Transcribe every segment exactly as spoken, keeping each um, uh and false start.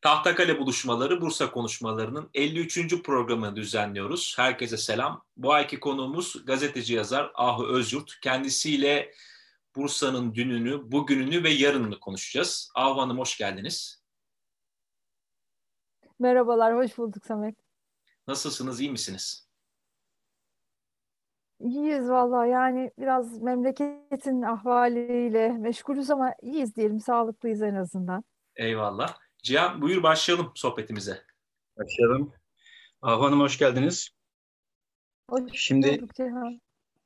Tahtakale Buluşmaları Bursa Konuşmaları'nın elli üçüncü programını düzenliyoruz. Herkese selam. Bu ayki konuğumuz gazeteci yazar Ahu Özyurt. Kendisiyle Bursa'nın dününü, bugününü ve yarınını konuşacağız. Ahu Hanım hoş geldiniz. Merhabalar, hoş bulduk Samet. Nasılsınız, iyi misiniz? İyiyiz vallahi yani biraz memleketin ahvaliyle meşgulüz ama iyiyiz diyelim, sağlıklıyız en azından. Eyvallah. Cihan buyur başlayalım sohbetimize. Başlayalım. Ahu Hanım hoş geldiniz. Hoş Şimdi bulduk Cihan.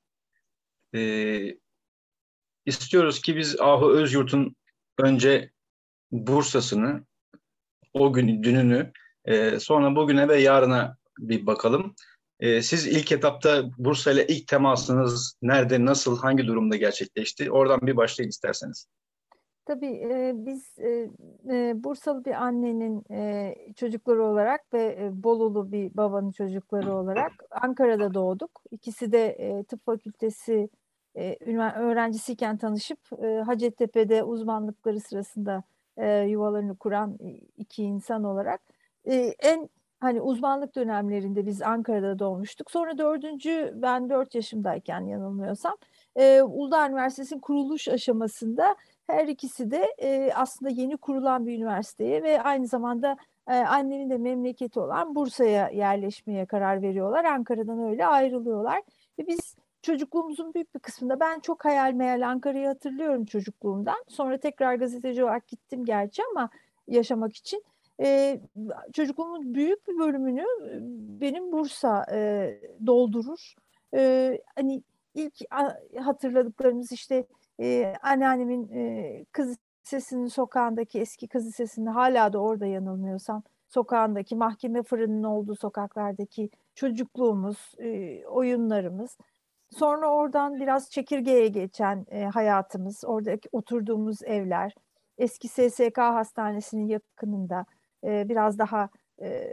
e, istiyoruz ki biz Ahu Özyurt'un önce Bursa'sını, o gün dününü, e, sonra bugüne ve yarına bir bakalım. E, siz ilk etapta Bursa ile ilk temasınız nerede, nasıl, hangi durumda gerçekleşti? Oradan bir başlayın isterseniz. Tabii e, biz e, e, Bursalı bir annenin e, çocukları olarak ve e, Bolulu bir babanın çocukları olarak Ankara'da doğduk. İkisi de e, tıp fakültesi e, ünivers- öğrencisiyken tanışıp e, Hacettepe'de uzmanlıkları sırasında e, yuvalarını kuran iki insan olarak e, en hani uzmanlık dönemlerinde biz Ankara'da doğmuştuk. Sonra dördüncü ben dört yaşımdayken yanılmıyorsam e, Uludağ Üniversitesi'nin kuruluş aşamasında her ikisi de e, aslında yeni kurulan bir üniversiteye ve aynı zamanda e, annemin de memleketi olan Bursa'ya yerleşmeye karar veriyorlar. Ankara'dan öyle ayrılıyorlar. Ve biz çocukluğumuzun büyük bir kısmında ben çok hayal meyal Ankara'yı hatırlıyorum çocukluğumdan. Sonra tekrar gazeteci olarak gittim gerçi ama yaşamak için. E, Çocukluğumun büyük bir bölümünü e, benim Bursa e, doldurur. E, hani ilk a, hatırladıklarımız işte ee, anneannemin e, kız lisesinin sokağındaki eski kız lisesinin hala da orada yanılmıyorsam sokağındaki mahkeme fırının olduğu sokaklardaki çocukluğumuz, e, oyunlarımız. Sonra oradan biraz çekirgeye geçen e, hayatımız, oradaki oturduğumuz evler, eski S S K hastanesinin yakınında e, biraz daha e,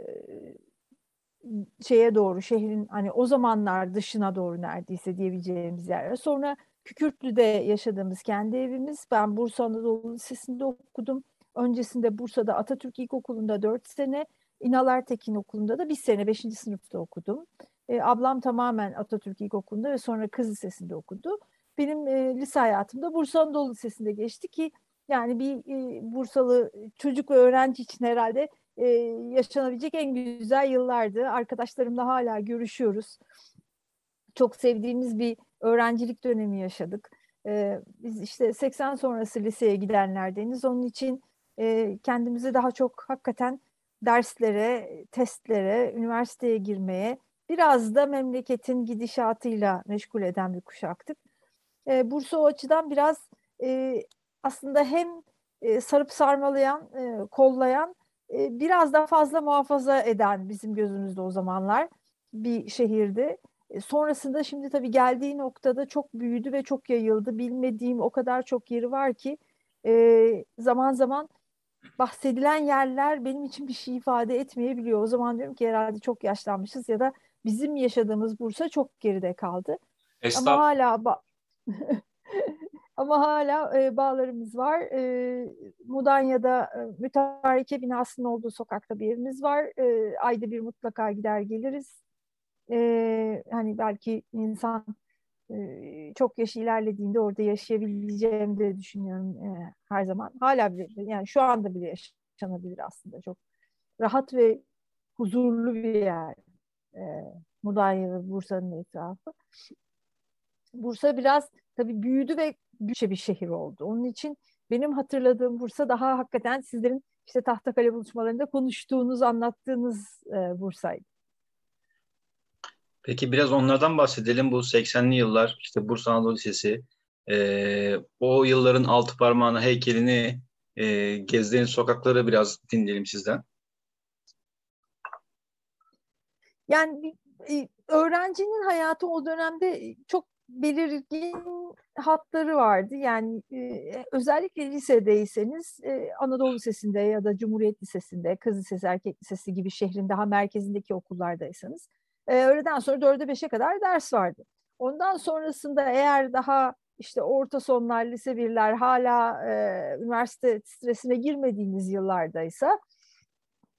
şeye doğru şehrin hani o zamanlar dışına doğru neredeyse diyebileceğimiz yerler. Sonra Kükürtlü'de yaşadığımız kendi evimiz. Ben Bursa Anadolu Lisesi'nde okudum. Öncesinde Bursa'da Atatürk İlkokulu'nda dört sene, İnal Ertekin Okulu'nda da bir sene beşinci sınıfta okudum. E, ablam tamamen Atatürk İlkokulu'nda ve sonra Kız Lisesi'nde okudu. Benim e, lise hayatım da Bursa Anadolu Lisesi'nde geçti ki yani bir e, Bursalı çocuk ve öğrenci için herhalde e, yaşanabilecek en güzel yıllardı. Arkadaşlarımla hala görüşüyoruz. Çok sevdiğimiz bir öğrencilik dönemi yaşadık. E, biz işte seksen sonrası liseye gidenlerdeniz. Onun için e, kendimizi daha çok hakikaten derslere, testlere, üniversiteye girmeye, biraz da memleketin gidişatıyla meşgul eden bir kuşaktık. E, Bursa o açıdan biraz e, aslında hem e, sarıp sarmalayan, e, kollayan, e, biraz daha fazla muhafaza eden bizim gözümüzde o zamanlar bir şehirdi. E, sonrasında şimdi tabii geldiği noktada çok büyüdü ve çok yayıldı. Bilmediğim o kadar çok yeri var ki e, zaman zaman bahsedilen yerler benim için bir şey ifade etmeyebiliyor. O zaman diyorum ki herhalde çok yaşlanmışız ya da bizim yaşadığımız Bursa çok geride kaldı. Ama Estağfurullah. hala ba- Ama hala e, bağlarımız var. E, Mudanya'da e, müteharrike binasının olduğu sokakta bir evimiz var. E, ayda bir mutlaka gider geliriz. E, hani belki insan e, çok yaş ilerlediğinde orada yaşayabileceğimi de düşünüyorum e, her zaman. Hala bile, yani şu anda bile yaşanabilir aslında. Çok rahat ve huzurlu bir yer. E, Mudanya ve Bursa'nın etrafı. Bursa biraz tabii büyüdü ve büyükçe bir şehir oldu. Onun için benim hatırladığım Bursa daha hakikaten sizlerin işte Tahtakale buluşmalarında konuştuğunuz, anlattığınız e, Bursa'ydı. Peki biraz onlardan bahsedelim. Bu seksenli yıllar, işte Bursa Anadolu Lisesi, e, o yılların altı parmağını, heykelini, e, gezdiğiniz sokakları biraz dinleyelim sizden. Yani bir, e, öğrencinin hayatı o dönemde çok belirgin hatları vardı. Yani e, özellikle lisedeyseniz e, Anadolu Lisesi'nde ya da Cumhuriyet Lisesi'nde, Kız Lisesi, Erkek Lisesi gibi şehrin daha merkezindeki okullardaysanız e, öğleden sonra dörde beşe kadar ders vardı. Ondan sonrasında eğer daha işte orta sonlar, lise birler hala e, üniversite stresine girmediğiniz yıllardaysa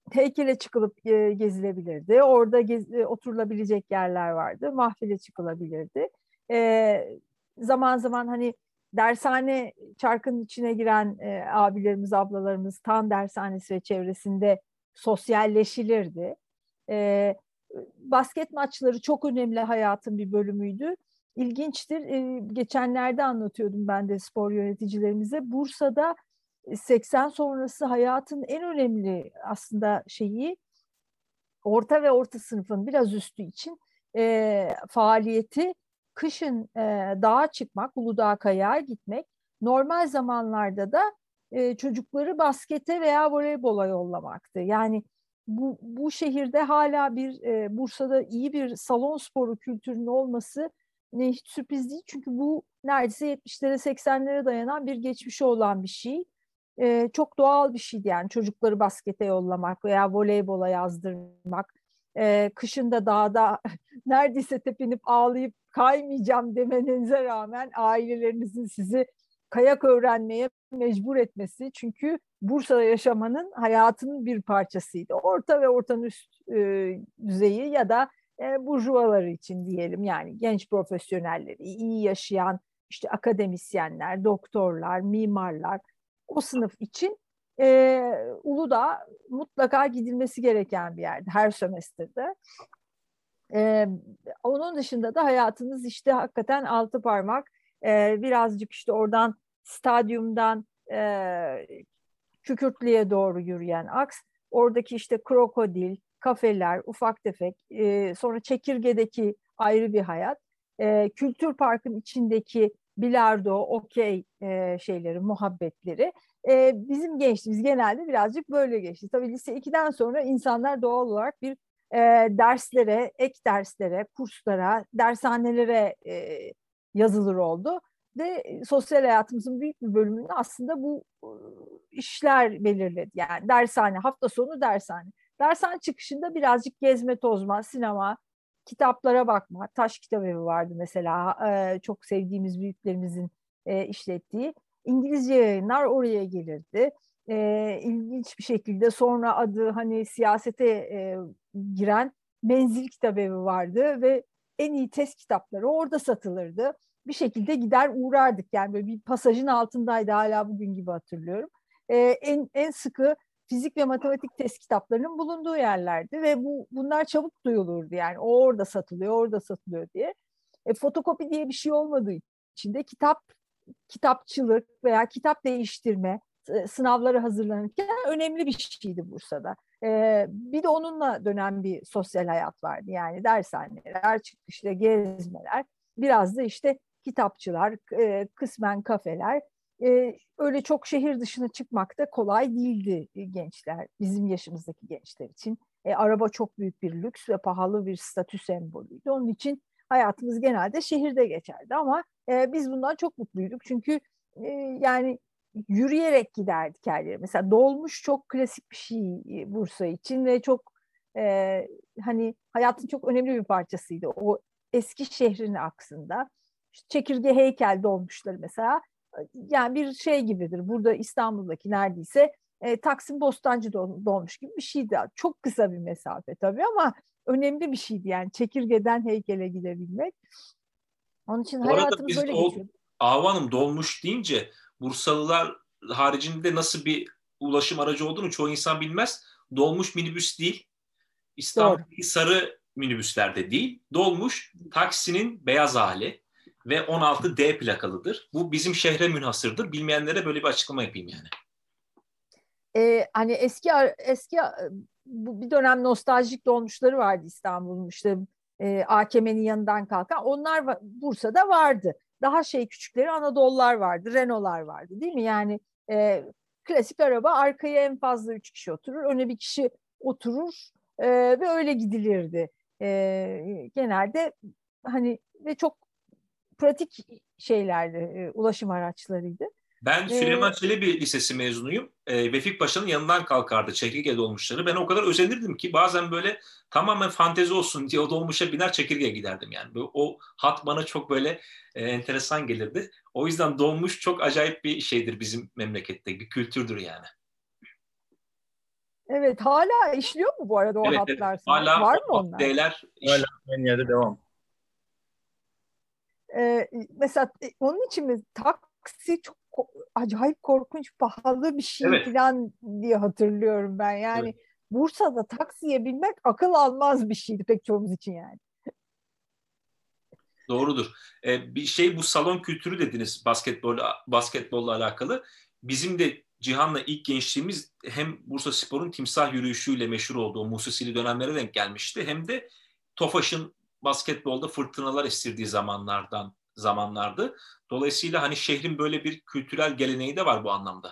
heykele çıkılıp e, gezilebilirdi. Orada gez, e, oturulabilecek yerler vardı. Mahfile çıkılabilirdi. E, zaman zaman hani dershane çarkının içine giren e, abilerimiz, ablalarımız tam dershanesi ve çevresinde sosyalleşilirdi. E, basket maçları çok önemli hayatın bir bölümüydü. İlginçtir. E, geçenlerde anlatıyordum ben de spor yöneticilerimize. Bursa'da seksen sonrası hayatın en önemli aslında şeyi, orta ve orta sınıfın biraz üstü için e, faaliyeti kışın e, dağa çıkmak, Uludağ Kayağa gitmek. Normal zamanlarda da e, çocukları baskete veya voleybola yollamaktı. Yani bu, bu şehirde hala bir e, Bursa'da iyi bir salon sporu kültürünün olması ne hiç sürpriz değil. Çünkü bu neredeyse yetmişlere seksenlere dayanan bir geçmişi olan bir şey. E, çok doğal bir şeydi yani çocukları baskete yollamak veya voleybola yazdırmak. E, kışın da dağda neredeyse tepinip ağlayıp kaymayacağım demenize rağmen ailelerinizin sizi kayak öğrenmeye mecbur etmesi. Çünkü Bursa'da yaşamanın hayatının bir parçasıydı. Orta ve ortanın üst e, düzeyi ya da e, burjuvaları için diyelim, yani genç profesyonelleri, iyi yaşayan işte akademisyenler, doktorlar, mimarlar, o sınıf için e, Uludağ mutlaka gidilmesi gereken bir yerdi her sömestrde. E, onun dışında da hayatınız işte hakikaten altı parmak, e, birazcık işte oradan stadyumdan e, Kükürtlü'ye doğru yürüyen aks. Oradaki işte krokodil, kafeler, ufak tefek, e, sonra Çekirge'deki ayrı bir hayat. E, Kültür Park'ın içindeki bilardo, okey e, şeyleri, muhabbetleri. E, bizim gençliğimiz genelde birazcık böyle geçti. Tabii lise ikiden sonra insanlar doğal olarak bir e, derslere, ek derslere, kurslara, dershanelere e, yazılır oldu. Ve sosyal hayatımızın büyük bir bölümünü aslında bu e, işler belirledi. Yani dershane, hafta sonu dershane. Dershane çıkışında birazcık gezme, tozma, sinema, kitaplara bakma. Taş Kitabevi vardı mesela, e, çok sevdiğimiz büyüklerimizin e, işlettiği. İngilizce yayınlar oraya gelirdi. E, ilginç bir şekilde sonra adı hani siyasete e, giren Menzil Kitabevi vardı ve en iyi test kitapları orada satılırdı. Bir şekilde gider uğrardık. Yani böyle bir pasajın altındaydı, hala bugün gibi hatırlıyorum. Ee, en, en sıkı fizik ve matematik test kitaplarının bulunduğu yerlerdi ve bu bunlar çabuk duyulurdu. Yani o orada satılıyor, orada satılıyor diye. E, fotokopi diye bir şey olmadığı için de kitap, kitapçılık veya kitap değiştirme, sınavlara hazırlanırken önemli bir şeydi Bursa'da. Ee, bir de onunla dönen bir sosyal hayat vardı. Yani dershaneler, çıkışta gezmeler, biraz da işte kitapçılar, e, kısmen kafeler. E, öyle çok şehir dışına çıkmak da kolay değildi gençler, bizim yaşımızdaki gençler için. E, araba çok büyük bir lüks ve pahalı bir statü sembolüydü. Onun için hayatımız genelde şehirde geçerdi ama e, biz bundan çok mutluyduk. Çünkü e, yani yürüyerek giderdik her yere. Mesela dolmuş çok klasik bir şey Bursa için ve çok e, hani hayatın çok önemli bir parçasıydı. O eski şehrin aksında. İşte Çekirge heykel dolmuşları mesela, yani bir şey gibidir. Burada İstanbul'daki neredeyse e, Taksim Bostancı dolmuş gibi bir şeydi. Çok kısa bir mesafe tabii ama önemli bir şeydi yani Çekirge'den heykele gidebilmek. Onun için Bu arada hayatımız biz böyle o geçiyordu. Ahu Hanım, dolmuş deyince Bursalılar haricinde nasıl bir ulaşım aracı olduğunu çoğu insan bilmez. Dolmuş minibüs değil. Doğru. İstanbul'daki sarı minibüslerde değil. Dolmuş taksinin beyaz hali ve on altı D plakalıdır. Bu bizim şehre münhasırdır. Bilmeyenlere böyle bir açıklama yapayım yani. Ee, hani eski eski bu bir dönem nostaljik dolmuşları vardı İstanbul'un, işte e, A K M'nin yanından kalkan. Onlar va- Bursa'da vardı. Daha şey küçükleri Anadolu'lar vardı, Renault'lar vardı değil mi? Yani e, klasik araba, arkaya en fazla üç kişi oturur, öne bir kişi oturur e, ve öyle gidilirdi. E, genelde hani ve çok pratik şeylerdi, e, ulaşım araçlarıydı. Ben E, Süleyman Çelebi Lisesi mezunuyum. E, Vefik Paşa'nın yanından kalkardı çekirge dolmuşları. Ben o kadar özenirdim ki bazen böyle tamamen fantezi olsun diye o dolmuşa biner çekirge giderdim yani. Böyle, o hat bana çok böyle e, enteresan gelirdi. O yüzden dolmuş çok acayip bir şeydir bizim memlekette. Bir kültürdür yani. Evet, hala işliyor mu bu arada o Evet, evet. hatlar Sinan? Hala Var o mı onlar? D'ler Hala iş. aynı yerde devam. Ee, mesela e, onun için mi taksi çok ko- acayip korkunç pahalı bir şey Evet, falan diye hatırlıyorum ben. evet. Yani Bursa'da taksiye binmek akıl almaz bir şeydi pek çoğumuz için yani. Doğrudur. Ee, bir şey, bu salon kültürü dediniz basketbol basketbolla alakalı. Bizim de Cihan'la ilk gençliğimiz hem Bursaspor'un timsah yürüyüşüyle meşhur olduğu Musisili dönemlere denk gelmişti. Hem de Tofaş'ın basketbolda fırtınalar estirdiği zamanlardan zamanlardı. Dolayısıyla hani şehrin böyle bir kültürel geleneği de var bu anlamda.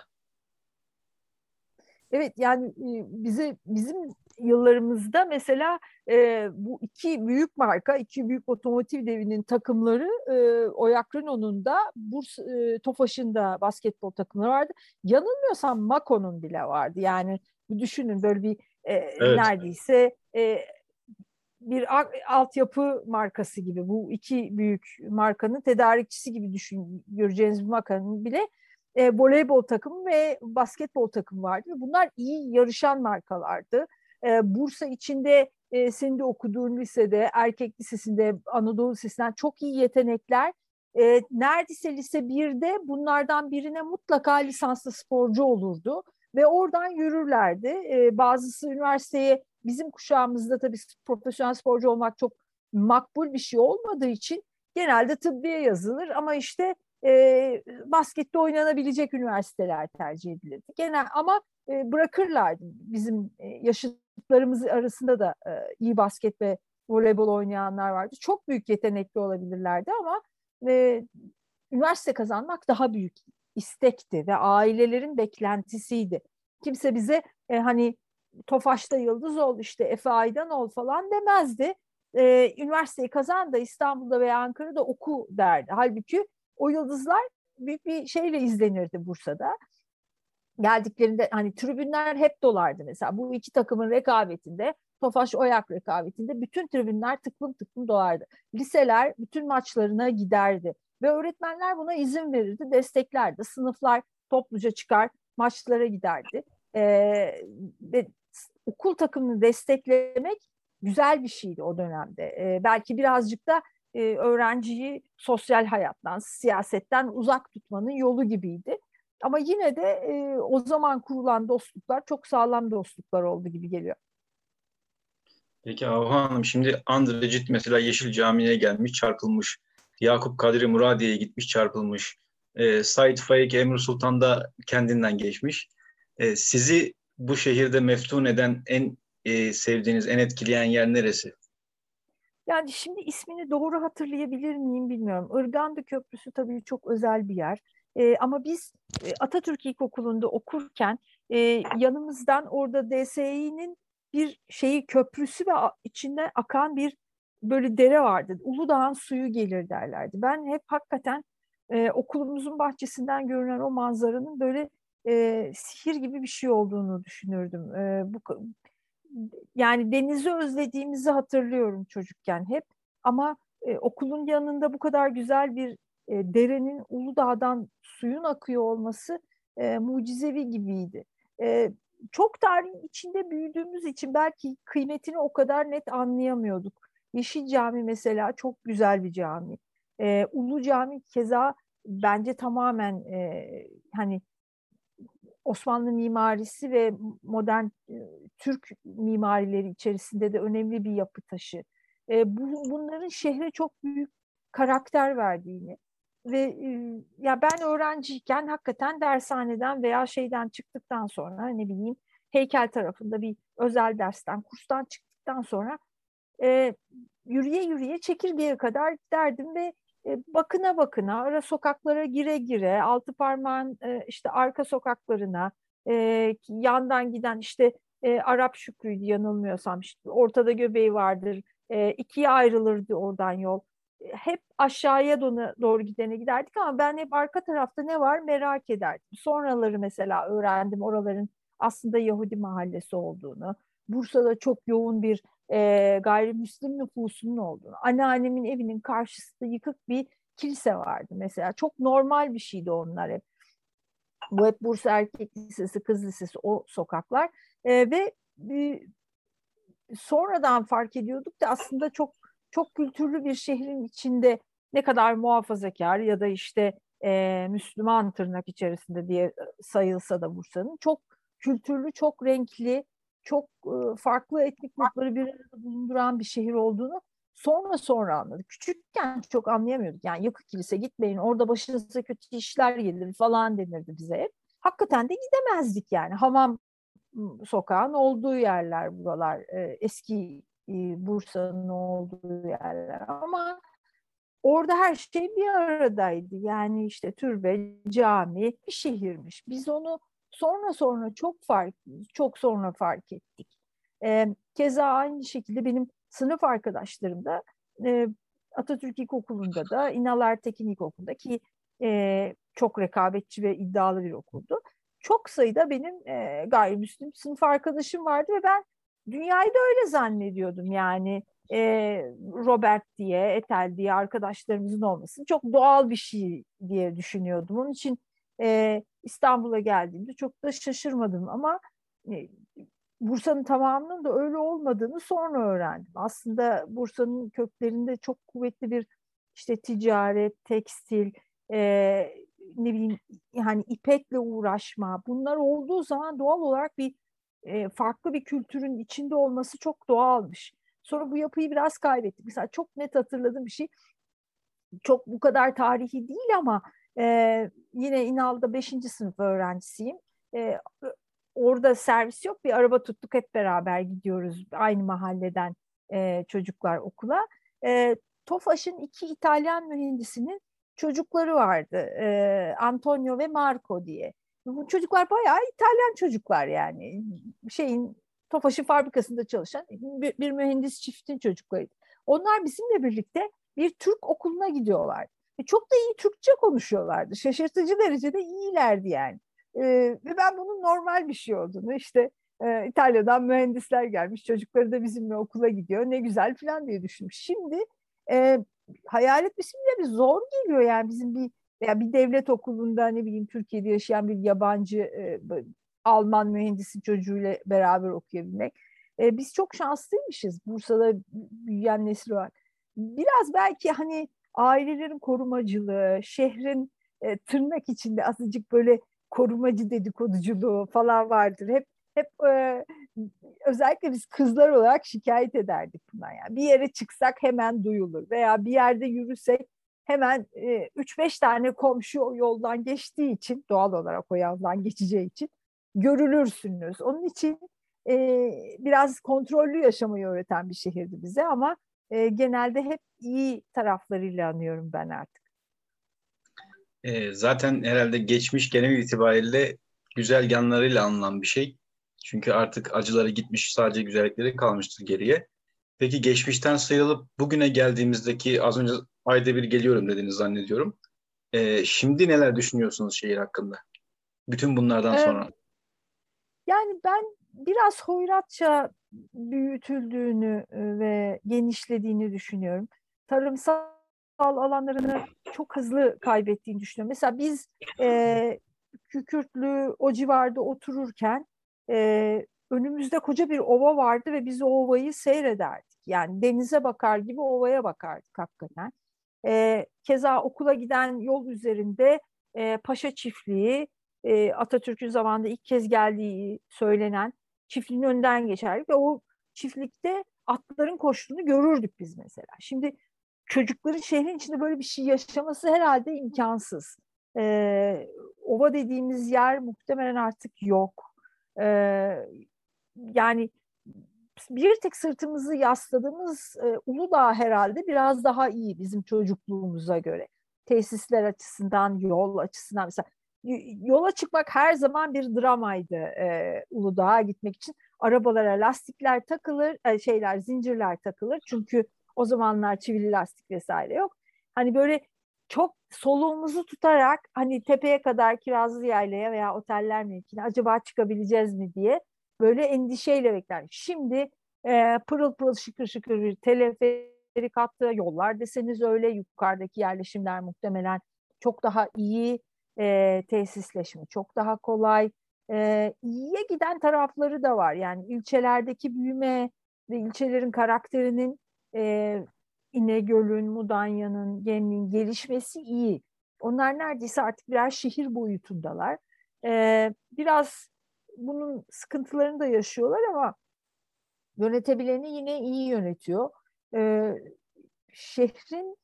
Evet yani e, bize bizim yıllarımızda mesela e, bu iki büyük marka, iki büyük otomotiv devinin takımları e, Oyak Renault'un da Burs, e, Tofaş'ın da basketbol takımları vardı. Yanılmıyorsam Mako'nun bile vardı. Yani bir düşünün böyle bir e, Evet. neredeyse e, bir a- altyapı markası gibi bu iki büyük markanın tedarikçisi gibi düşün göreceğiniz bir markanın bile e, voleybol takımı ve basketbol takımı vardı. Bunlar iyi yarışan markalardı. E, Bursa içinde e, senin de okuduğun lisede, erkek lisesinde, Anadolu Lisesi'nden çok iyi yetenekler. E, neredeyse lise birde bunlardan birine mutlaka lisanslı sporcu olurdu ve oradan yürürlerdi. E, bazısı üniversiteye bizim kuşağımızda tabii profesyonel sporcu olmak çok makbul bir şey olmadığı için genelde tıbbiye yazılır ama işte e, baskette oynanabilecek üniversiteler tercih edilirdi. Genel ama e, bırakırlardı. Bizim e, yaşıtlarımız arasında da e, iyi basket ve voleybol oynayanlar vardı. Çok büyük yetenekli olabilirlerdi ama e, üniversite kazanmak daha büyük istekti ve ailelerin beklentisiydi. Kimse bize e, hani Tofaş'ta yıldız ol, işte Efe Aydan ol falan demezdi. Ee, üniversiteyi kazan da İstanbul'da veya Ankara'da oku derdi. Halbuki o yıldızlar büyük bir şeyle izlenirdi Bursa'da. Geldiklerinde hani tribünler hep dolardı mesela. Bu iki takımın rekabetinde, Tofaş Oyak rekabetinde bütün tribünler tıklım tıklım dolardı. Liseler bütün maçlarına giderdi ve öğretmenler buna izin verirdi, desteklerdi. Sınıflar topluca çıkar, maçlara giderdi. Ee, ve okul takımını desteklemek güzel bir şeydi o dönemde. Ee, belki birazcık da e, öğrenciyi sosyal hayattan, siyasetten uzak tutmanın yolu gibiydi. Ama yine de e, o zaman kurulan dostluklar çok sağlam dostluklar oldu gibi geliyor. Peki Ahu Hanım, şimdi Andrecit mesela Yeşil Camii'ne gelmiş, çarpılmış. Yakup Kadri Muradiye'ye gitmiş, çarpılmış. Ee, Said Faik Emre Sultan da kendinden geçmiş. Ee, sizi bu şehirde meftun eden, en e, sevdiğiniz, en etkileyen yer neresi? Yani şimdi ismini doğru hatırlayabilir miyim bilmiyorum. Irganda Köprüsü tabii çok özel bir yer. E, ama biz e, Atatürk İlkokulu'nda okurken e, yanımızdan orada D S İ'nin bir şeyi köprüsü ve a- içinde akan bir böyle dere vardı. Uludağ'ın suyu gelir derlerdi. Ben hep hakikaten e, okulumuzun bahçesinden görünen o manzaranın böyle e, sihir gibi bir şey olduğunu düşünürdüm. E, bu yani denizi özlediğimizi hatırlıyorum çocukken hep. Ama e, okulun yanında bu kadar güzel bir e, derenin Uludağ'dan suyun akıyor olması e, mucizevi gibiydi. E, çok tarihin içinde büyüdüğümüz için belki kıymetini o kadar net anlayamıyorduk. Yeşil Cami mesela çok güzel bir cami. E, Ulu Cami keza bence tamamen e, hani Osmanlı mimarisi ve modern e, Türk mimarileri içerisinde de önemli bir yapı taşı. E, bu, bunların şehre çok büyük karakter verdiğini ve e, ya ben öğrenciyken hakikaten dershaneden veya şeyden çıktıktan sonra ne bileyim heykel tarafında bir özel dersten, kurstan çıktıktan sonra e, yürüye yürüye çekirgeye kadar giderdim ve e, bakına bakına ara sokaklara gire gire altı parmağın e, işte arka sokaklarına e, yandan giden işte e, Arap Şükrü'ydü yanılmıyorsam işte ortada göbeği vardır e, ikiye ayrılırdı oradan yol. E, Hep aşağıya doğru, doğru gidene giderdik ama ben hep arka tarafta ne var merak ederdim. Sonraları mesela öğrendim oraların aslında Yahudi mahallesi olduğunu. Bursa'da çok yoğun bir e, gayrimüslim nüfusunun olduğunu. Anneannemin evinin karşısında yıkık bir kilise vardı mesela. Çok normal bir şeydi onlar hep. Bu hep Bursa Erkek Lisesi, Kız Lisesi, o sokaklar. E, ve e, sonradan fark ediyorduk da aslında çok çok kültürlü bir şehrin içinde ne kadar muhafazakar ya da işte e, Müslüman tırnak içerisinde diye sayılsa da Bursa'nın çok kültürlü, çok renkli, çok e, farklı etnik grupları bir arada bulunduran bir şehir olduğunu sonra sonra anladık. Küçükken çok anlayamıyorduk. Yani Yakı Kilise gitmeyin, orada başınıza kötü işler gelir falan denirdi bize hep. Hakikaten de gidemezdik yani. Hamam sokağın olduğu yerler buralar. E, eski e, Bursa'nın olduğu yerler. Ama orada her şey bir aradaydı. Yani işte türbe, cami bir şehirmiş. Biz onu sonra sonra çok fark, çok sonra fark ettik. E, keza aynı şekilde benim sınıf arkadaşlarım da e, Atatürk İlkokulu'nda da İnal Ertekin İlkokulu'nda ki e, çok rekabetçi ve iddialı bir okuldu. Çok sayıda benim e, gayrimüslim sınıf arkadaşım vardı ve ben dünyayı da öyle zannediyordum yani e, Robert diye, Ethel diye arkadaşlarımızın olması çok doğal bir şey diye düşünüyordum. Onun için e, İstanbul'a geldiğimde çok da şaşırmadım ama e, Bursa'nın tamamının da öyle olmadığını sonra öğrendim. Aslında Bursa'nın köklerinde çok kuvvetli bir işte ticaret, tekstil, e, ne bileyim yani ipekle uğraşma bunlar olduğu zaman doğal olarak bir e, farklı bir kültürün içinde olması çok doğalmış. Sonra bu yapıyı biraz kaybettik. Mesela çok net hatırladığım bir şey, çok bu kadar tarihi değil ama e, yine İnal'da beşinci sınıf öğrencisiyim. E, orada servis yok, bir araba tuttuk, hep beraber gidiyoruz aynı mahalleden e, çocuklar okula. E, TOFAŞ'ın iki İtalyan mühendisinin çocukları vardı. E, Antonio ve Marco diye. Bu çocuklar bayağı İtalyan çocuklar yani. Şeyin TOFAŞ'ın fabrikasında çalışan bir, bir mühendis çiftin çocuklarıydı. Onlar bizimle birlikte bir Türk okuluna gidiyorlar. Ve çok da iyi Türkçe konuşuyorlardı. Şaşırtıcı derecede iyilerdi yani. Ee, ve ben bunun normal bir şey olduğunu, işte e, İtalya'dan mühendisler gelmiş, çocukları da bizimle okula gidiyor, ne güzel falan diye düşünmüş. Şimdi e, hayal etmesi bile bir zor geliyor yani bizim bir veya bir devlet okulunda ne bileyim Türkiye'de yaşayan bir yabancı e, Alman mühendisin çocuğuyla beraber okuyabilmek. E, biz çok şanslıymışız. Bursa'da büyüyen nesil var. Biraz belki hani ailelerin korumacılığı, şehrin e, tırnak içinde azıcık böyle korumacı dedikoduculuğu falan vardır. Hep hep e, özellikle biz kızlar olarak şikayet ederdik bundan. Yani bir yere çıksak hemen duyulur veya bir yerde yürüsek hemen e, üç beş tane komşu o yoldan geçtiği için, doğal olarak o yoldan geçeceği için görülürsünüz. Onun için e, biraz kontrollü yaşamayı öğreten bir şehirdi bize ama e, genelde hep iyi taraflarıyla anıyorum ben artık. E, zaten herhalde geçmiş genel itibariyle güzel yanlarıyla anılan bir şey. Çünkü artık acıları gitmiş, sadece güzellikleri kalmıştır geriye. Peki geçmişten sıyrılıp bugüne geldiğimizdeki, az önce ayda bir geliyorum dediniz zannediyorum. E, şimdi neler düşünüyorsunuz şehir hakkında? Bütün bunlardan Ee, sonra. Yani ben biraz hoyratça büyütüldüğünü e, ve genişlediğini düşünüyorum. Tarımsal alanlarını çok hızlı kaybettiğini düşünüyorum. Mesela biz e, Kükürtlü o civarda otururken e, önümüzde koca bir ova vardı ve biz o ovayı seyrederdik. Yani denize bakar gibi ovaya bakardık hakikaten. E, keza okula giden yol üzerinde e, Paşa Çiftliği, e, Atatürk'ün zamanında ilk kez geldiği söylenen çiftliğin önünden geçerdik ve o çiftlikte atların koştuğunu görürdük biz mesela. Şimdi çocukların şehrin içinde böyle bir şey yaşaması herhalde imkansız. E, ova dediğimiz yer muhtemelen artık yok. E, yani bir tek sırtımızı yasladığımız e, Uludağ herhalde biraz daha iyi bizim çocukluğumuza göre. Tesisler açısından, yol açısından mesela yola çıkmak her zaman bir dramaydı e, Uludağ'a gitmek için. Arabalara lastikler takılır, e, şeyler, zincirler takılır. Çünkü o zamanlar çivili lastik vesaire yok. Hani böyle çok soluğumuzu tutarak hani tepeye kadar Kirazlı Yayla'ya veya oteller mevkine acaba çıkabileceğiz mi diye böyle endişeyle bekler. Şimdi e, pırıl pırıl şıkır şıkır bir teleferik hattı, yollar deseniz öyle, yukarıdaki yerleşimler muhtemelen çok daha iyi. E, tesisleşme çok daha kolay. E, iyiye giden tarafları da var. Yani ilçelerdeki büyüme ve ilçelerin karakterinin e, İnegöl'ün, Mudanya'nın, Gemlik'in gelişmesi iyi. Onlar neredeyse artık birer şehir boyutundalar. E, biraz bunun sıkıntılarını da yaşıyorlar ama yönetebileni yine iyi yönetiyor. E, şehrin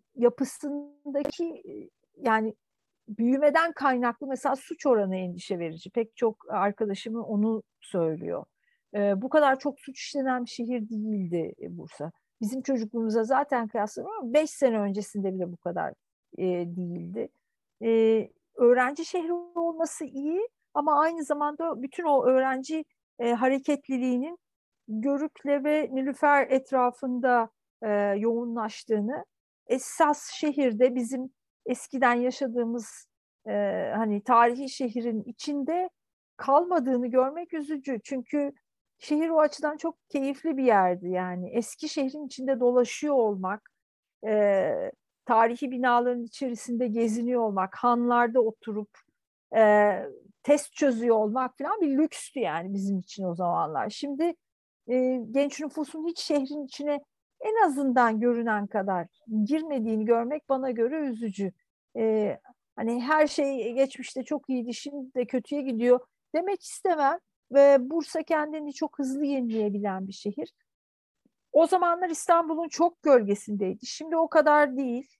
yapısındaki yani büyümeden kaynaklı mesela suç oranı endişe verici. Pek çok arkadaşımın onu söylüyor. Ee, bu kadar çok suç işlenen bir şehir değildi Bursa. Bizim çocukluğumuza zaten kıyaslanıyor ama beş sene öncesinde bile bu kadar e, değildi. Ee, öğrenci şehri olması iyi ama aynı zamanda bütün o öğrenci e, hareketliliğinin Görük'le ve Nilüfer etrafında e, yoğunlaştığını, esas şehirde bizim eskiden yaşadığımız e, hani tarihi şehrin içinde kalmadığını görmek üzücü. Çünkü şehir o açıdan çok keyifli bir yerdi yani. Eski şehrin içinde dolaşıyor olmak, e, tarihi binaların içerisinde geziniyor olmak, hanlarda oturup e, test çözüyor olmak falan bir lükstü yani bizim için o zamanlar. Şimdi e, genç nüfusun hiç şehrin içine en azından görünen kadar girmediğini görmek bana göre üzücü. E, hani her şey geçmişte çok iyiydi, şimdi de kötüye gidiyor demek istemem. Ve Bursa kendini çok hızlı yenileyebilen bir şehir. O zamanlar İstanbul'un çok gölgesindeydi. Şimdi o kadar değil.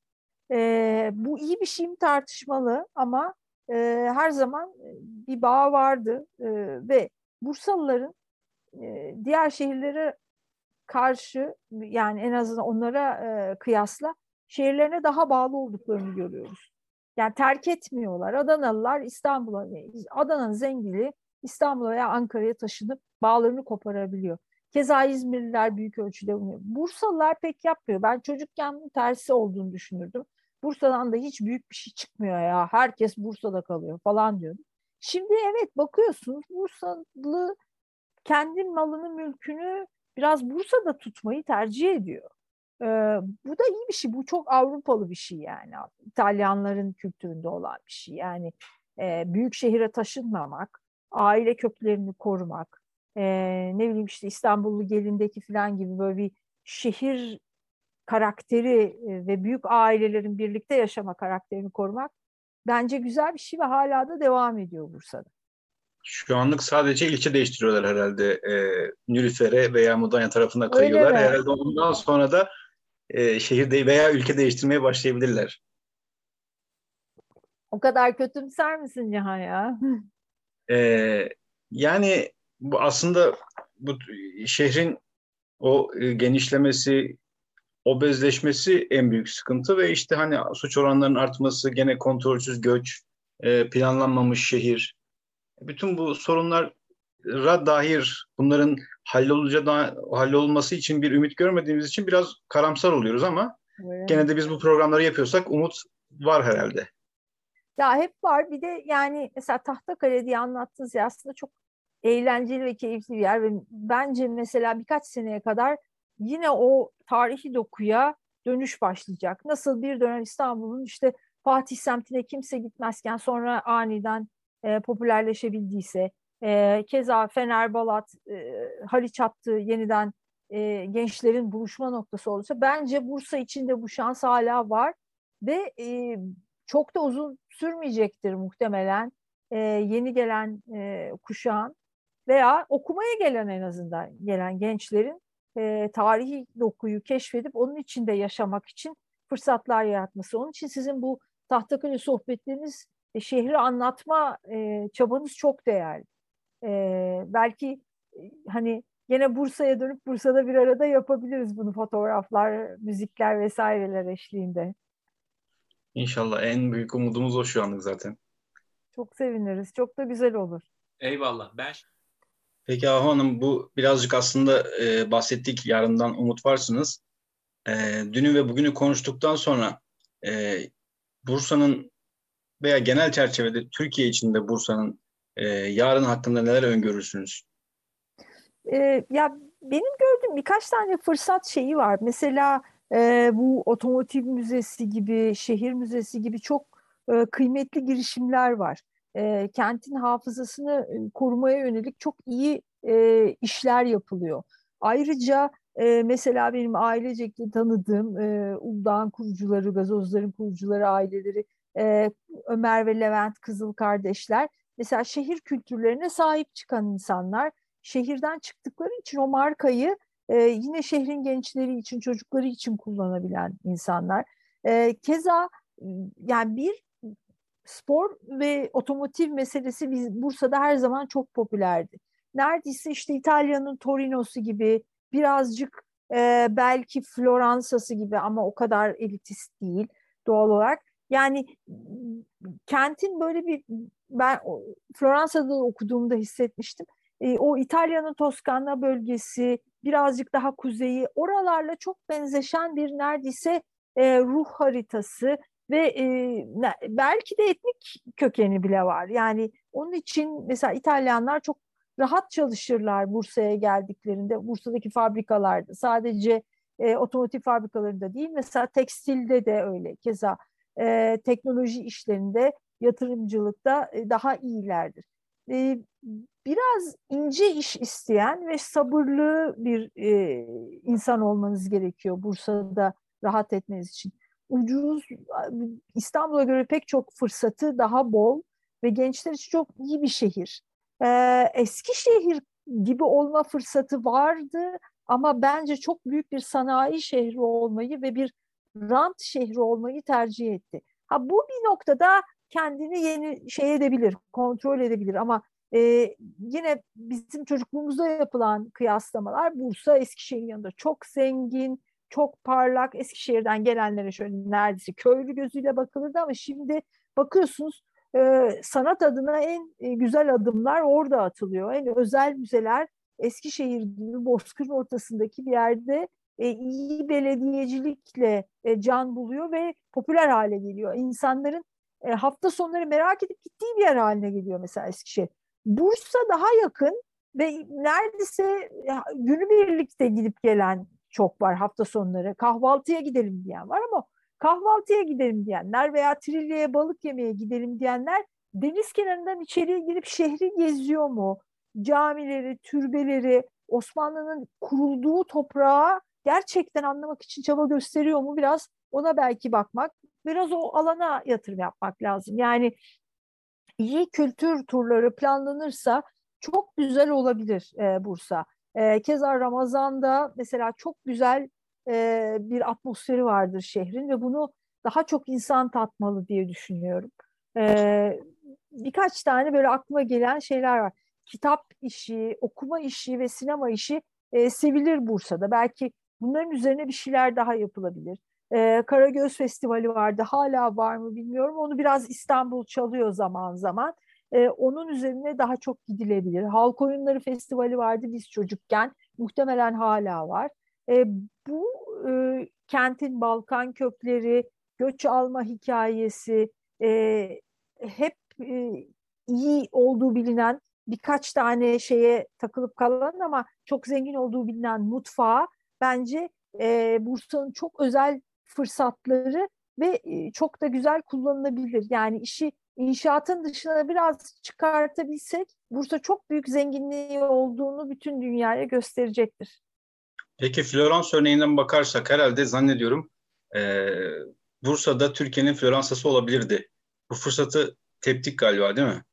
E, bu iyi bir şey mi tartışmalı ama e, her zaman bir bağ vardı. E, ve Bursalıların e, diğer şehirlere karşı yani en azından onlara e, kıyasla şehirlerine daha bağlı olduklarını görüyoruz. Yani terk etmiyorlar. Adanalılar İstanbul'a, Adana'nın zengini İstanbul'a veya Ankara'ya taşınıp bağlarını koparabiliyor. Keza İzmirliler büyük ölçüde bunu. Bursalılar pek yapmıyor. Ben çocukken bunun tersi olduğunu düşünürdüm. Bursa'dan da hiç büyük bir şey çıkmıyor ya. Herkes Bursa'da kalıyor falan diyordum. Şimdi evet bakıyorsunuz Bursalı kendi malını, mülkünü biraz Bursa'da tutmayı tercih ediyor. Ee, bu da iyi bir şey. Bu çok Avrupalı bir şey yani. İtalyanların kültüründe olan bir şey. Yani e, büyük şehire taşınmamak, aile köklerini korumak, e, ne bileyim işte İstanbullu Gelin'deki falan gibi böyle bir şehir karakteri e, ve büyük ailelerin birlikte yaşama karakterini korumak bence güzel bir şey ve hala da devam ediyor Bursa'da. Şu anlık sadece ilçe değiştiriyorlar herhalde. E, Nülüfer'e veya Mudanya tarafına Öyle kayıyorlar. mi? Herhalde ondan sonra da e, şehir de veya ülke değiştirmeye başlayabilirler. O kadar kötümser misin Cihan ya? E, yani bu aslında bu şehrin o e, genişlemesi, obezleşmesi en büyük sıkıntı ve işte hani suç oranlarının artması, gene kontrolsüz göç, e, planlanmamış şehir. Bütün bu sorunlara dair bunların hallolacağı, hallolması için bir ümit görmediğimiz için biraz karamsar oluyoruz ama Öyle mi? gene de biz bu programları yapıyorsak umut var herhalde. Ya hep var. Bir de yani mesela Tahtakale diye anlattığınız yer aslında çok eğlenceli ve keyifli bir yer ve bence mesela birkaç seneye kadar yine o tarihi dokuya dönüş başlayacak. Nasıl bir dönem İstanbul'un işte Fatih semtine kimse gitmezken sonra aniden e, popülerleşebildiyse, e, keza Fener, Balat, e, Haliç hattı yeniden e, gençlerin buluşma noktası olursa bence Bursa için de bu şans hala var ve e, çok da uzun sürmeyecektir muhtemelen e, yeni gelen e, kuşağın veya okumaya gelen en azından gelen gençlerin e, tarihi dokuyu keşfedip onun içinde yaşamak için fırsatlar yaratması. Onun için sizin bu Tahtakale sohbetleriniz, e, şehri anlatma e, çabanız çok değerli. E, belki e, hani gene Bursa'ya dönüp Bursa'da bir arada yapabiliriz bunu fotoğraflar, müzikler vesaireler eşliğinde. İnşallah en büyük umudumuz o şu anlık zaten. Çok seviniriz. Çok da güzel olur. Eyvallah. Ben Peki Ahu Hanım bu birazcık aslında e, bahsettik yarından umut varsınız. E, dünü ve bugünü konuştuktan sonra e, Bursa'nın veya genel çerçevede Türkiye içinde Bursa'nın e, yarın hakkında neler öngörürsünüz? Ee, ya benim gördüğüm birkaç tane fırsat şeyi var. Mesela e, bu otomotiv müzesi gibi, şehir müzesi gibi çok e, kıymetli girişimler var. E, kentin hafızasını e, korumaya yönelik çok iyi e, işler yapılıyor. Ayrıca e, mesela benim ailecekte tanıdığım e, Uludağ'ın kurucuları, gazozların kurucuları, aileleri, e, Ömer ve Levent Kızıl kardeşler, mesela şehir kültürlerine sahip çıkan insanlar, şehirden çıktıkları için o markayı e, yine şehrin gençleri için, çocukları için kullanabilen insanlar. E, keza yani bir spor ve otomotiv meselesi biz Bursa'da her zaman çok popülerdi. Neredeyse işte İtalya'nın Torino'su gibi, birazcık e, belki Floransa'sı gibi ama o kadar elitist değil doğal olarak. Yani kentin böyle bir, ben Floransa'da okuduğumda hissetmiştim. E, o İtalya'nın Toskana bölgesi, birazcık daha kuzeyi, oralarla çok benzeşen bir neredeyse e, ruh haritası ve e, belki de etnik kökeni bile var. Yani onun için mesela İtalyanlar çok rahat çalışırlar Bursa'ya geldiklerinde. Bursa'daki fabrikalarda sadece e, otomotiv fabrikalarında değil, mesela tekstilde de öyle. Keza e, teknoloji işlerinde, yatırımcılıkta e, daha iyilerdir. E, biraz ince iş isteyen ve sabırlı bir e, insan olmanız gerekiyor Bursa'da rahat etmeniz için. Ucuz, İstanbul'a göre pek çok fırsatı daha bol ve gençler için çok iyi bir şehir. Ee, Eskişehir gibi olma fırsatı vardı ama bence çok büyük bir sanayi şehri olmayı ve bir rant şehri olmayı tercih etti. Ha, bu bir noktada kendini yeni şey edebilir, kontrol edebilir ama e, yine bizim çocukluğumuzda yapılan kıyaslamalar Bursa Eskişehir'in yanında çok zengin, çok parlak. Eskişehir'den gelenlere şöyle neredeyse köylü gözüyle bakılırdı ama şimdi bakıyorsunuz e, sanat adına en e, güzel adımlar orada atılıyor. En özel müzeler Eskişehir gibi bozkırın ortasındaki bir yerde e, iyi belediyecilikle e, can buluyor ve popüler hale geliyor. İnsanların e, hafta sonları merak edip gittiği bir yer haline geliyor mesela Eskişehir. Bursa daha yakın ve neredeyse e, günübirlikte gidip gelen çok var hafta sonları. Kahvaltıya gidelim diyen var ama kahvaltıya gidelim diyenler veya Trilya'ya balık yemeye gidelim diyenler deniz kenarından içeriye girip şehri geziyor mu? Camileri, türbeleri, Osmanlı'nın kurulduğu toprağa gerçekten anlamak için çaba gösteriyor mu? Biraz ona belki bakmak, biraz o alana yatırım yapmak lazım. Yani iyi kültür turları planlanırsa çok güzel olabilir e, Bursa. E, keza Ramazan'da mesela çok güzel e, bir atmosferi vardır şehrin ve bunu daha çok insan tatmalı diye düşünüyorum. E, birkaç tane böyle aklıma gelen şeyler var. Kitap işi, okuma işi ve sinema işi e, sevilir Bursa'da. Belki bunların üzerine bir şeyler daha yapılabilir. Ee, Karagöz Festivali vardı. Hala var mı bilmiyorum. Onu biraz İstanbul çalıyor zaman zaman. Ee, onun üzerine daha çok gidilebilir. Halk Oyunları Festivali vardı biz çocukken. Muhtemelen hala var. Ee, bu e, kentin Balkan kökleri, göç alma hikayesi, e, hep e, iyi olduğu bilinen birkaç tane şeye takılıp kalan ama çok zengin olduğu bilinen mutfağı bence e, Bursa'nın çok özel fırsatları ve e, çok da güzel kullanılabilir. Yani işi inşaatın dışına biraz çıkartabilsek Bursa çok büyük zenginliği olduğunu bütün dünyaya gösterecektir. Peki Florans örneğinden bakarsak herhalde zannediyorum e, Bursa'da Türkiye'nin Floransa'sı olabilirdi. Bu fırsatı teptik galiba, değil mi?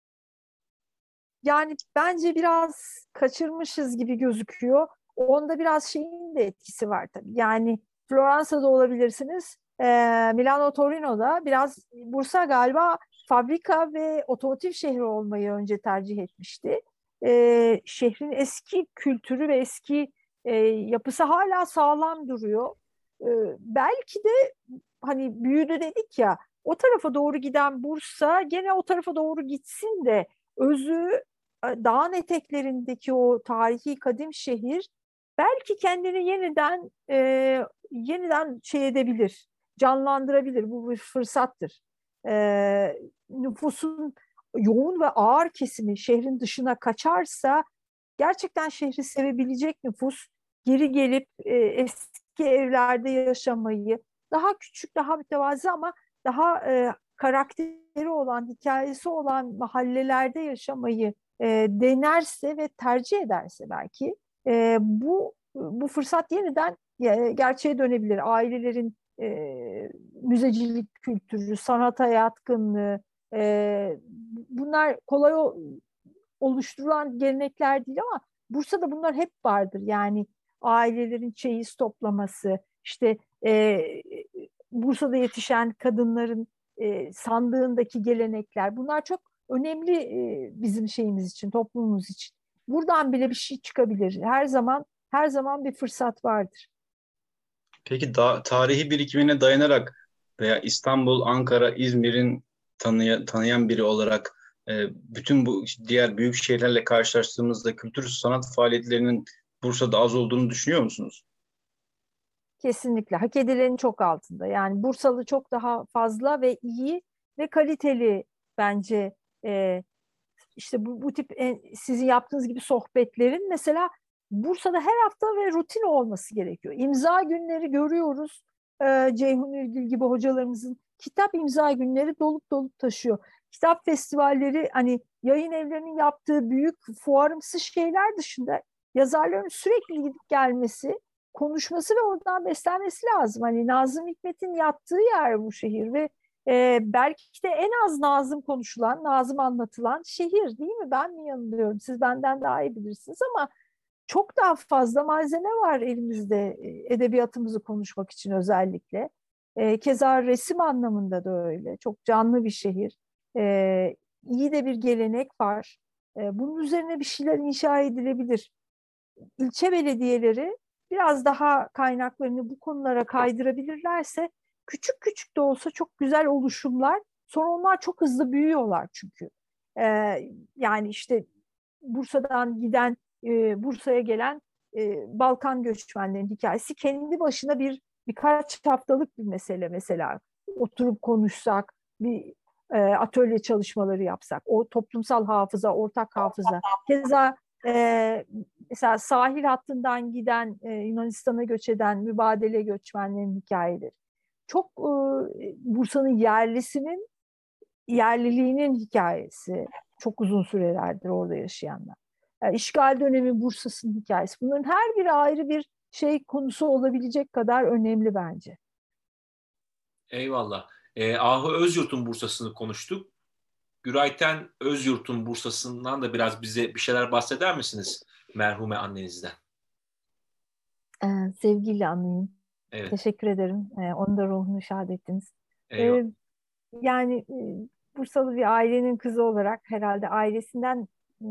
Yani bence biraz kaçırmışız gibi gözüküyor. Onda biraz şeyin de etkisi var tabii. Yani Floransa'da olabilirsiniz. Ee, Milano Torino'da biraz Bursa galiba fabrika ve otomotiv şehri olmayı önce tercih etmişti. Ee, şehrin eski kültürü ve eski e, yapısı hala sağlam duruyor. Ee, belki de hani büyüdü dedik ya, o tarafa doğru giden Bursa gene o tarafa doğru gitsin de özü dağın eteklerindeki o tarihi kadim şehir belki kendini yeniden e, yeniden şey edebilir, canlandırabilir. Bu bir fırsattır. E, nüfusun yoğun ve ağır kesimi şehrin dışına kaçarsa gerçekten şehri sevebilecek nüfus geri gelip e, eski evlerde yaşamayı, daha küçük, daha mütevazı ama daha e, karakteri olan, hikayesi olan mahallelerde yaşamayı e, denerse ve tercih ederse belki e, bu bu fırsat yeniden e, gerçeğe dönebilir. Ailelerin e, müzecilik kültürü, sanata yatkınlığı, e, bunlar kolay o, oluşturulan gelenekler değil ama Bursa'da bunlar hep vardır. Yani ailelerin çeyiz toplaması, işte e, Bursa'da yetişen kadınların e, sandığındaki gelenekler, bunlar çok önemli e, bizim şeyimiz için, toplumumuz için. Buradan bile bir şey çıkabilir. Her zaman her zaman bir fırsat vardır. Peki da, tarihi birikimine dayanarak veya İstanbul, Ankara, İzmir'in tanıya, tanıyan biri olarak e, bütün bu diğer büyük şehirlerle karşılaştığımızda kültür sanat faaliyetlerinin Bursa'da az olduğunu düşünüyor musunuz? Kesinlikle. Hak edilenin çok altında. Yani Bursalı çok daha fazla ve iyi ve kaliteli bence e, işte bu, bu tip e, sizin yaptığınız gibi sohbetlerin mesela Bursa'da her hafta ve rutin olması gerekiyor. İmza günleri görüyoruz. E, Ceyhun Ülgül gibi hocalarımızın kitap imza günleri dolup dolup taşıyor. Kitap festivalleri, hani yayın evlerinin yaptığı büyük fuarımsı şeyler dışında yazarların sürekli gidip gelmesi, konuşması ve oradan beslenmesi lazım. Hani Nazım Hikmet'in yattığı yer bu şehir ve e, belki de en az Nazım konuşulan, Nazım anlatılan şehir, değil mi? Ben mi yanılıyorum? Siz benden daha iyi bilirsiniz ama çok daha fazla malzeme var elimizde e, edebiyatımızı konuşmak için özellikle. E, keza resim anlamında da öyle. Çok canlı bir şehir. E, iyi de bir gelenek var. E, bunun üzerine bir şeyler inşa edilebilir. İlçe belediyeleri biraz daha kaynaklarını bu konulara kaydırabilirlerse küçük küçük de olsa çok güzel oluşumlar, sonra onlar çok hızlı büyüyorlar çünkü. Ee, yani işte Bursa'dan giden, e, Bursa'ya gelen e, Balkan göçmenlerin hikayesi kendi başına bir birkaç haftalık bir mesele mesela. Oturup konuşsak, bir e, atölye çalışmaları yapsak, o toplumsal hafıza, ortak hafıza. Keza e, mesela sahil hattından giden, e, Yunanistan'a göç eden mübadele göçmenlerin hikayeleri. Çok e, Bursa'nın yerlisinin, yerliliğinin hikayesi. Çok uzun sürelerdir orada yaşayanlar. Yani işgal dönemi Bursa'sının hikayesi. Bunların her biri ayrı bir şey konusu olabilecek kadar önemli bence. Eyvallah. E, Ahu Özyurt'un Bursa'sını konuştuk. Gürayten Özyurt'un Bursa'sından da biraz bize bir şeyler bahseder misiniz merhume annenizden? Ee, sevgiyle anlayayım. Evet. Teşekkür ederim. Ee, onun da ruhunu şad ettiniz. Eyvallah. Ee, yani e, Bursalı bir ailenin kızı olarak herhalde ailesinden e,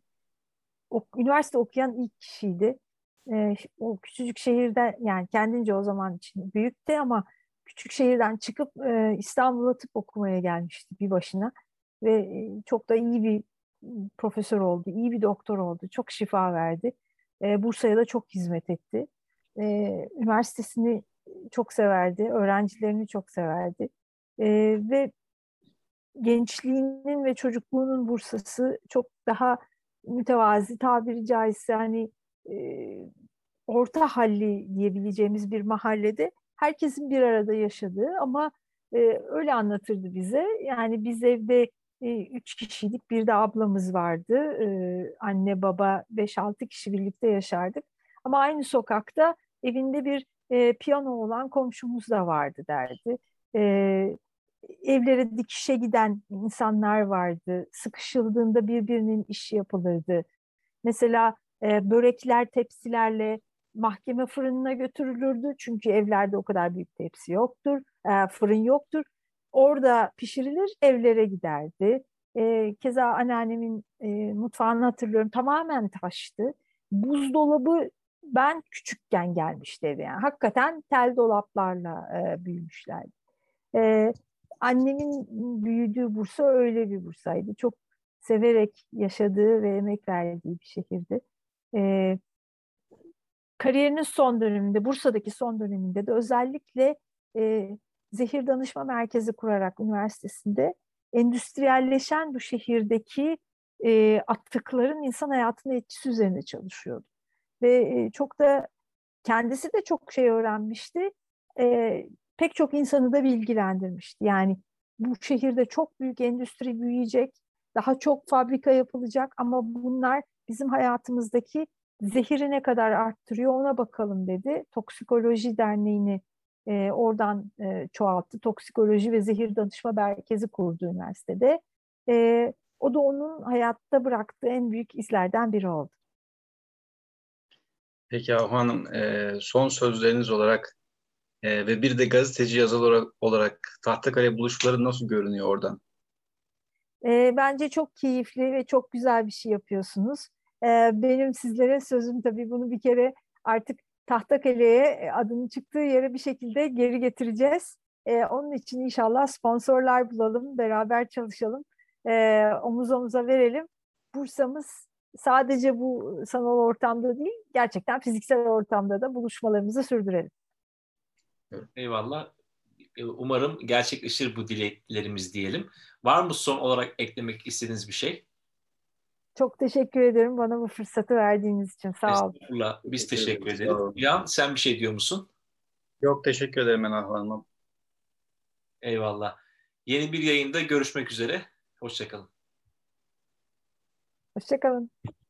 ok- üniversite okuyan ilk kişiydi. Ee, o küçücük şehirde, yani kendince o zaman için büyüktü ama küçük şehirden çıkıp e, İstanbul'a tıp okumaya gelmişti bir başına ve e, çok da iyi bir profesör oldu, iyi bir doktor oldu, çok şifa verdi. E, Bursa'ya da çok hizmet etti. E, Üniversitesini çok severdi, öğrencilerini çok severdi. E, ve gençliğinin ve çocukluğunun Bursa'sı çok daha mütevazi, tabiri caizse hani e, orta halli diyebileceğimiz bir mahallede herkesin bir arada yaşadığı ama e, öyle anlatırdı bize. Yani biz evde e, üç kişiydik, bir de ablamız vardı. E, anne baba beş altı kişi birlikte yaşardık. Ama aynı sokakta evinde bir e, piyano olan komşumuz da vardı derdi. E, Evlere dikişe giden insanlar vardı. Sıkışıldığında birbirinin işi yapılırdı. Mesela e, börekler tepsilerle mahkeme fırınına götürülürdü. Çünkü evlerde o kadar büyük tepsi yoktur, e, fırın yoktur. Orada pişirilir, evlere giderdi. E, keza anneannemin e, mutfağını hatırlıyorum, tamamen taştı. Buzdolabı ben küçükken gelmişti eve. Yani hakikaten tel dolaplarla e, büyümüşler. Ee, Annemin büyüdüğü Bursa öyle bir Bursa'ydı. Çok severek yaşadığı ve emek verdiği bir şehirdi. Ee, Kariyerinin son döneminde, Bursa'daki son döneminde de özellikle e, Zehir Danışma Merkezi kurarak üniversitesinde endüstriyelleşen bu şehirdeki e, atıkların insan hayatına etkisi üzerine çalışıyordu. Ve e, çok da kendisi de çok şey öğrenmişti. E, Pek çok insanı da bilgilendirmişti. Yani bu şehirde çok büyük endüstri büyüyecek, daha çok fabrika yapılacak ama bunlar bizim hayatımızdaki zehiri ne kadar arttırıyor ona bakalım dedi. Toksikoloji Derneği'ni e, oradan e, çoğalttı. Toksikoloji ve Zehir Danışma Merkezi kurdu üniversitede. E, o da onun hayatta bıraktığı en büyük izlerden biri oldu. Peki Ahu Hanım, e, son sözleriniz olarak e, ve bir de gazeteci yazar olarak, olarak Tahtakale buluşmaları nasıl görünüyor oradan? E, bence çok keyifli ve çok güzel bir şey yapıyorsunuz. E, benim sizlere sözüm tabii bunu bir kere artık Tahtakale'ye e, adının çıktığı yere bir şekilde geri getireceğiz. E, onun için inşallah sponsorlar bulalım, beraber çalışalım, e, omuz omuza verelim. Bursa'mız sadece bu sanal ortamda değil, gerçekten fiziksel ortamda da buluşmalarımızı sürdürelim. Eyvallah. E, Umarım gerçekleşir bu dileklerimiz diyelim. Var mı son olarak eklemek istediğiniz bir şey? Çok teşekkür ederim bana bu fırsatı verdiğiniz için. Sağ olun. Estağfurullah. Biz Teşekkür teşekkür ederim. Sağ ederiz. olun. Cihan, sen bir şey diyor musun? Yok, teşekkür ederim ben Ahu Hanım. Eyvallah. Yeni bir yayında görüşmek üzere. Hoşça kalın. Hoşça kalın.